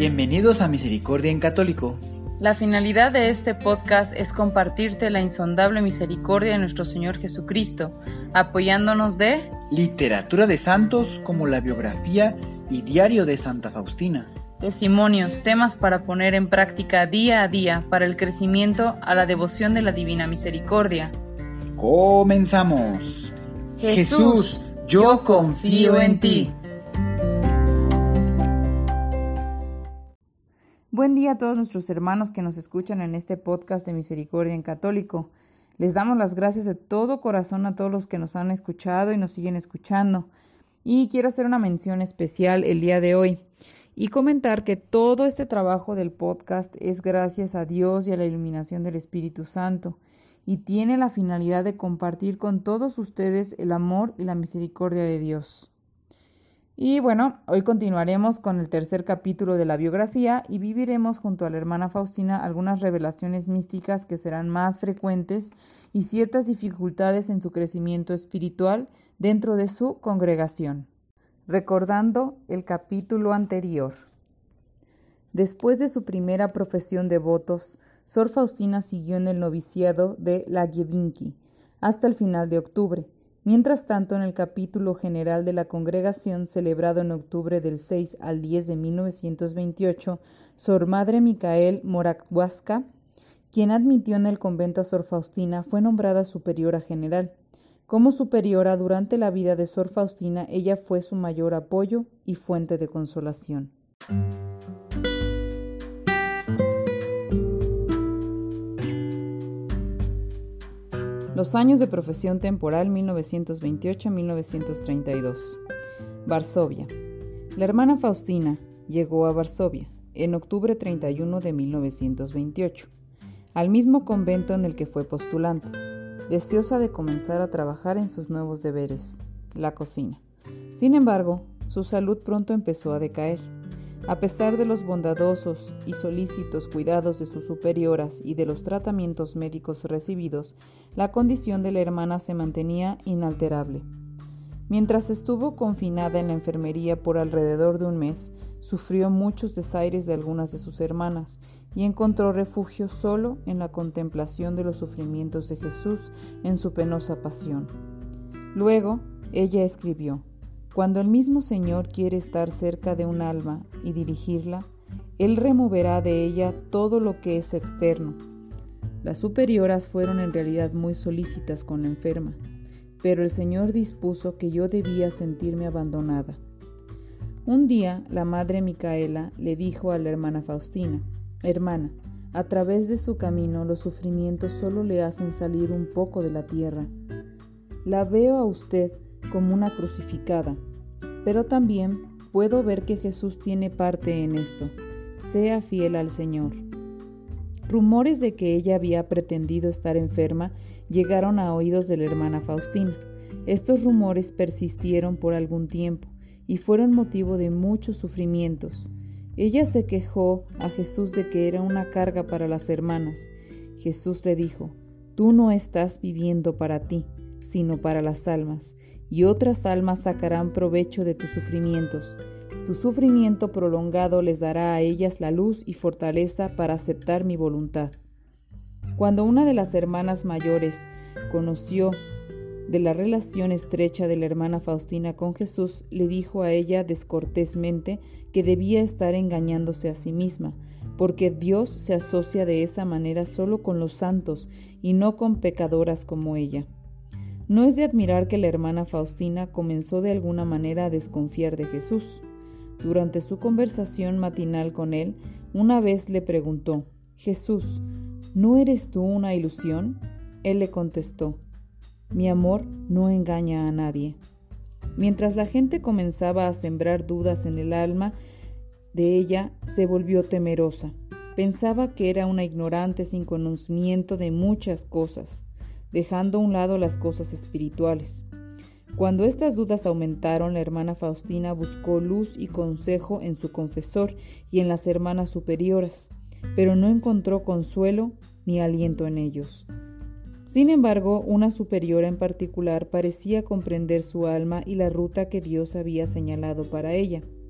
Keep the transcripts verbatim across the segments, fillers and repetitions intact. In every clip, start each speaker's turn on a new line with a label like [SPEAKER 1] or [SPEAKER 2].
[SPEAKER 1] Bienvenidos a Misericordia en Católico.
[SPEAKER 2] La finalidad de este podcast es compartirte la insondable misericordia de nuestro Señor Jesucristo, apoyándonos de
[SPEAKER 1] literatura de santos como la biografía y diario de Santa Faustina,
[SPEAKER 2] testimonios, temas para poner en práctica día a día para el crecimiento a la devoción de la Divina Misericordia.
[SPEAKER 1] ¡Comenzamos!
[SPEAKER 2] Jesús, yo confío en ti.
[SPEAKER 3] Buen día a todos nuestros hermanos que nos escuchan en este podcast de Misericordia en Católico. Les damos las gracias de todo corazón a todos los que nos han escuchado y nos siguen escuchando. Y quiero hacer una mención especial el día de hoy y comentar que todo este trabajo del podcast es gracias a Dios y a la iluminación del Espíritu Santo y tiene la finalidad de compartir con todos ustedes el amor y la misericordia de Dios. Y bueno, hoy continuaremos con el tercer capítulo de la biografía y viviremos junto a la hermana Faustina algunas revelaciones místicas que serán más frecuentes y ciertas dificultades en su crecimiento espiritual dentro de su congregación. Recordando el capítulo anterior. Después de su primera profesión de votos, Sor Faustina siguió en el noviciado de Łagiewniki hasta el final de octubre. Mientras tanto, en el capítulo general de la congregación, celebrado en octubre del seis al diez de mil novecientos veintiocho, Sor Madre Micael Morawska, quien admitió en el convento a Sor Faustina, fue nombrada superiora general. Como superiora durante la vida de Sor Faustina, ella fue su mayor apoyo y fuente de consolación. Los años de profesión temporal mil novecientos veintiocho a mil novecientos treinta y dos. Varsovia. La hermana Faustina llegó a Varsovia en octubre treinta y uno de mil novecientos veintiocho, al mismo convento en el que fue postulante, deseosa de comenzar a trabajar en sus nuevos deberes, la cocina. Sin embargo, su salud pronto empezó a decaer. A pesar de los bondadosos y solícitos cuidados de sus superioras y de los tratamientos médicos recibidos, la condición de la hermana se mantenía inalterable. Mientras estuvo confinada en la enfermería por alrededor de un mes, sufrió muchos desaires de algunas de sus hermanas y encontró refugio solo en la contemplación de los sufrimientos de Jesús en su penosa pasión. Luego, ella escribió: Cuando el mismo Señor quiere estar cerca de un alma y dirigirla, Él removerá de ella todo lo que es externo. Las superioras fueron en realidad muy solícitas con la enferma, pero el Señor dispuso que yo debía sentirme abandonada. Un día, la madre Micaela le dijo a la hermana Faustina: Hermana, a través de su camino los sufrimientos solo le hacen salir un poco de la tierra. La veo a usted como una crucificada, pero también puedo ver que Jesús tiene parte en esto. Sea fiel al Señor. Rumores de que ella había pretendido estar enferma llegaron a oídos de la hermana Faustina. Estos rumores persistieron por algún tiempo y fueron motivo de muchos sufrimientos. Ella se quejó a Jesús de que era una carga para las hermanas. Jesús le dijo: Tú no estás viviendo para ti, sino para las almas, y otras almas sacarán provecho de tus sufrimientos. Tu sufrimiento prolongado les dará a ellas la luz y fortaleza para aceptar mi voluntad. Cuando una de las hermanas mayores conoció de la relación estrecha de la hermana Faustina con Jesús, le dijo a ella descortésmente que debía estar engañándose a sí misma, porque Dios se asocia de esa manera solo con los santos y no con pecadoras como ella. No es de admirar que la hermana Faustina comenzó de alguna manera a desconfiar de Jesús. Durante su conversación matinal con él, una vez le preguntó: Jesús, ¿no eres tú una ilusión? Él le contestó: Mi amor no engaña a nadie. Mientras la gente comenzaba a sembrar dudas en el alma de ella, se volvió temerosa. Pensaba que era una ignorante sin conocimiento de muchas cosas, dejando a un lado las cosas espirituales. Cuando estas dudas aumentaron, la hermana Faustina buscó luz y consejo en su confesor y en las hermanas superioras, pero no encontró consuelo ni aliento en ellos. Sin embargo, una superiora en particular parecía comprender su alma y la ruta que Dios había señalado para ella.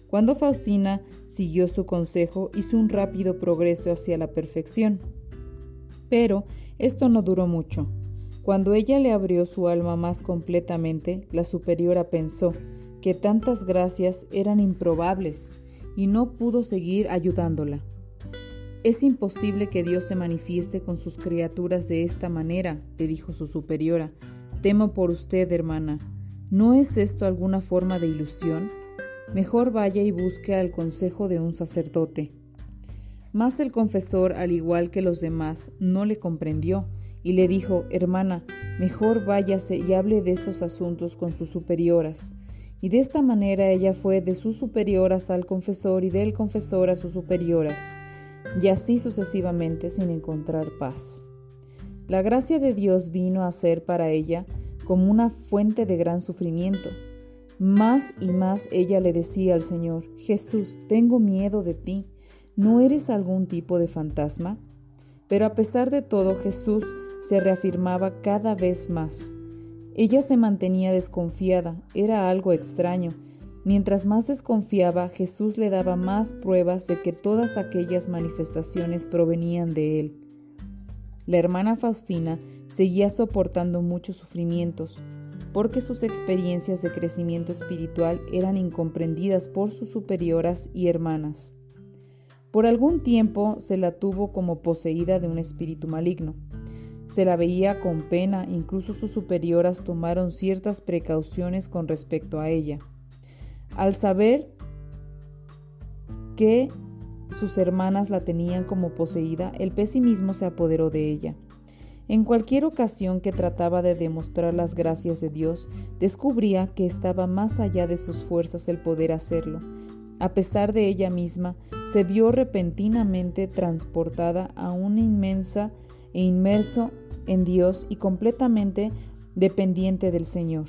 [SPEAKER 3] Cuando Faustina siguió su consejo, hizo un rápido progreso hacia la perfección. Pero esto no duró mucho. Cuando ella le abrió su alma más completamente, la superiora pensó que tantas gracias eran improbables y no pudo seguir ayudándola. «Es imposible que Dios se manifieste con sus criaturas de esta manera», le dijo su superiora. «Temo por usted, hermana. ¿No es esto alguna forma de ilusión? Mejor vaya y busque al consejo de un sacerdote». Mas el confesor, al igual que los demás, no le comprendió y le dijo: «Hermana, mejor váyase y hable de estos asuntos con sus superioras». Y de esta manera ella fue de sus superioras al confesor y del confesor a sus superioras, y así sucesivamente sin encontrar paz. La gracia de Dios vino a ser para ella como una fuente de gran sufrimiento. Más y más ella le decía al Señor: «Jesús, tengo miedo de ti. ¿No eres algún tipo de fantasma?». Pero a pesar de todo, Jesús se reafirmaba cada vez más. Ella se mantenía desconfiada, era algo extraño. Mientras más desconfiaba, Jesús le daba más pruebas de que todas aquellas manifestaciones provenían de él. La hermana Faustina seguía soportando muchos sufrimientos, porque sus experiencias de crecimiento espiritual eran incomprendidas por sus superioras y hermanas. Por algún tiempo se la tuvo como poseída de un espíritu maligno. Se la veía con pena, incluso sus superioras tomaron ciertas precauciones con respecto a ella. Al saber que sus hermanas la tenían como poseída, el pesimismo se apoderó de ella. En cualquier ocasión que trataba de demostrar las gracias de Dios, descubría que estaba más allá de sus fuerzas el poder hacerlo. A pesar de ella misma, se vio repentinamente transportada a una inmensa e inmerso en Dios y completamente dependiente del Señor.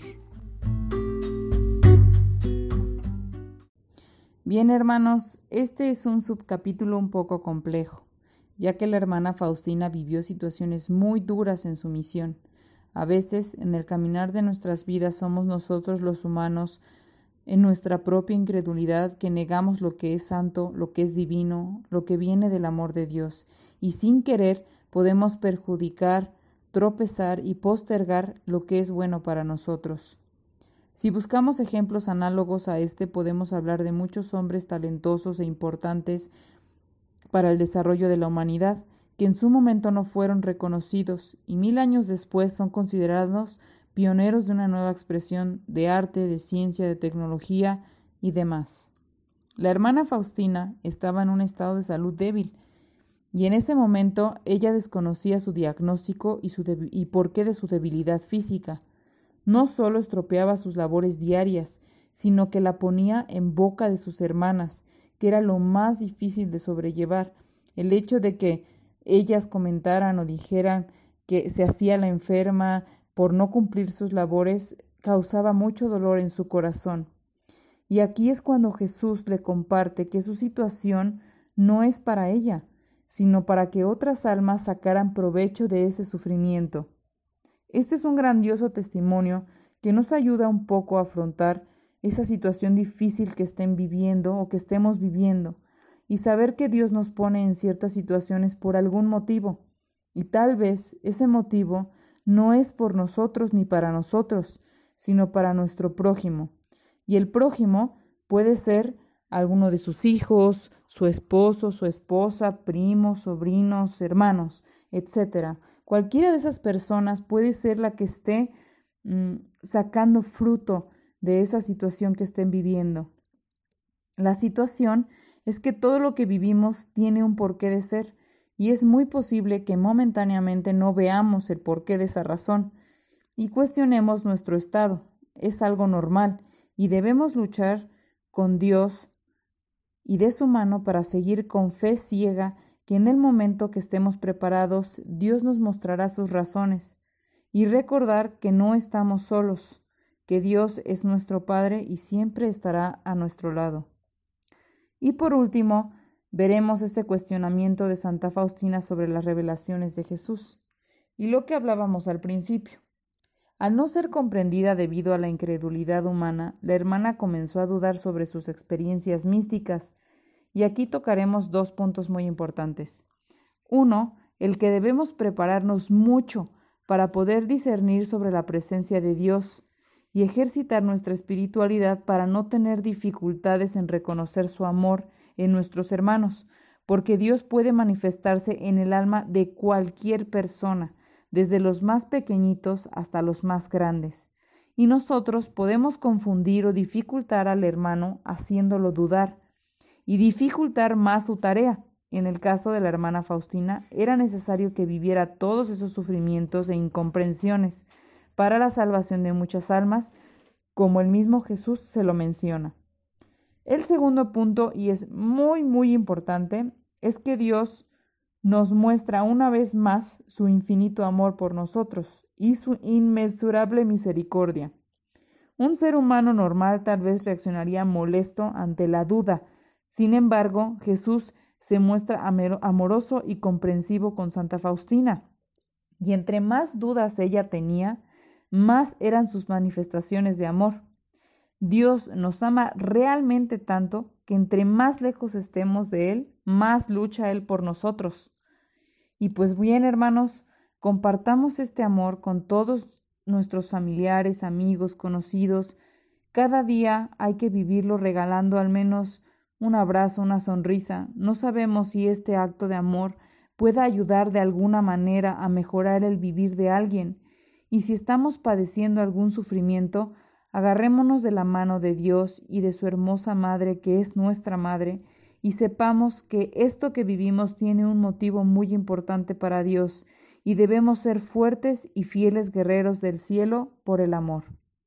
[SPEAKER 3] Bien, hermanos, este es un subcapítulo un poco complejo, ya que la hermana Faustina vivió situaciones muy duras en su misión. A veces, en el caminar de nuestras vidas, somos nosotros los humanos, en nuestra propia incredulidad, que negamos lo que es santo, lo que es divino, lo que viene del amor de Dios, y sin querer podemos perjudicar, tropezar y postergar lo que es bueno para nosotros. Si buscamos ejemplos análogos a este, podemos hablar de muchos hombres talentosos e importantes para el desarrollo de la humanidad, que en su momento no fueron reconocidos y mil años después son considerados pioneros de una nueva expresión de arte, de ciencia, de tecnología y demás. La hermana Faustina estaba en un estado de salud débil, y en ese momento ella desconocía su diagnóstico y, su debi- y por qué de su debilidad física. No solo estropeaba sus labores diarias, sino que la ponía en boca de sus hermanas, que era lo más difícil de sobrellevar. El hecho de que ellas comentaran o dijeran que se hacía la enferma por no cumplir sus labores causaba mucho dolor en su corazón. Y aquí es cuando Jesús le comparte que su situación no es para ella, sino para que otras almas sacaran provecho de ese sufrimiento. Este es un grandioso testimonio que nos ayuda un poco a afrontar esa situación difícil que estén viviendo o que estemos viviendo, y saber que Dios nos pone en ciertas situaciones por algún motivo, y tal vez ese motivo no es por nosotros ni para nosotros, sino para nuestro prójimo. Y el prójimo puede ser alguno de sus hijos, su esposo, su esposa, primos, sobrinos, hermanos, etcétera. Cualquiera de esas personas puede ser la que esté mmm, sacando fruto de esa situación que estén viviendo. La situación es que todo lo que vivimos tiene un porqué de ser, y es muy posible que momentáneamente no veamos el porqué de esa razón y cuestionemos nuestro estado. Es algo normal y debemos luchar con Dios y de su mano para seguir con fe ciega, que en el momento que estemos preparados, Dios nos mostrará sus razones, y recordar que no estamos solos, que Dios es nuestro Padre y siempre estará a nuestro lado. Y por último, veremos este cuestionamiento de Santa Faustina sobre las revelaciones de Jesús, y lo que hablábamos al principio. Al no ser comprendida debido a la incredulidad humana, la hermana comenzó a dudar sobre sus experiencias místicas, y aquí tocaremos dos puntos muy importantes. Uno, el que debemos prepararnos mucho para poder discernir sobre la presencia de Dios y ejercitar nuestra espiritualidad para no tener dificultades en reconocer su amor en nuestros hermanos, porque Dios puede manifestarse en el alma de cualquier persona, desde los más pequeñitos hasta los más grandes, y nosotros podemos confundir o dificultar al hermano haciéndolo dudar, y dificultar más su tarea. En el caso de la hermana Faustina, era necesario que viviera todos esos sufrimientos e incomprensiones para la salvación de muchas almas, como el mismo Jesús se lo menciona. El segundo punto, y es muy muy importante, es que Dios nos muestra una vez más su infinito amor por nosotros y su inmesurable misericordia. Un ser humano normal tal vez reaccionaría molesto ante la duda. Sin embargo, Jesús se muestra amoroso y comprensivo con Santa Faustina, y entre más dudas ella tenía, más eran sus manifestaciones de amor. Dios nos ama realmente tanto que entre más lejos estemos de Él, más lucha Él por nosotros. Y pues bien, hermanos, compartamos este amor con todos nuestros familiares, amigos, conocidos. Cada día hay que vivirlo regalando al menos un abrazo, una sonrisa. No sabemos si este acto de amor pueda ayudar de alguna manera a mejorar el vivir de alguien. Y si estamos padeciendo algún sufrimiento, agarrémonos de la mano de Dios y de su hermosa Madre, que es nuestra Madre, y sepamos que esto que vivimos tiene un motivo muy importante para Dios, y debemos ser fuertes y fieles guerreros del cielo por el amor.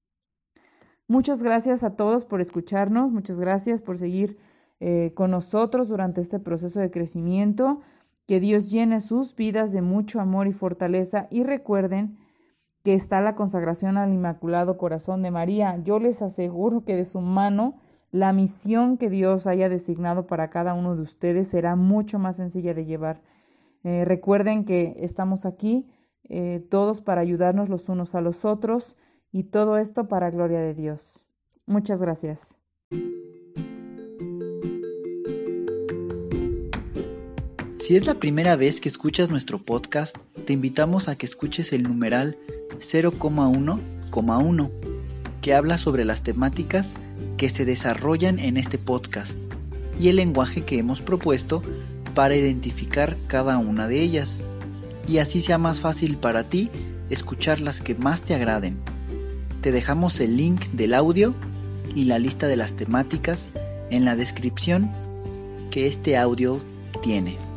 [SPEAKER 3] Muchas gracias a todos por escucharnos, muchas gracias por seguir eh, con nosotros durante este proceso de crecimiento. Que Dios llene sus vidas de mucho amor y fortaleza, y recuerden que está la consagración al Inmaculado Corazón de María. Yo les aseguro que de su mano la misión que Dios haya designado para cada uno de ustedes será mucho más sencilla de llevar. Eh, recuerden que estamos aquí eh, todos para ayudarnos los unos a los otros, y todo esto para gloria de Dios. Muchas gracias.
[SPEAKER 1] Si es la primera vez que escuchas nuestro podcast, te invitamos a que escuches el numeral cero coma uno coma uno, que habla sobre las temáticas que se desarrollan en este podcast y el lenguaje que hemos propuesto para identificar cada una de ellas, y así sea más fácil para ti escuchar las que más te agraden. Te dejamos el link del audio y la lista de las temáticas en la descripción que este audio tiene.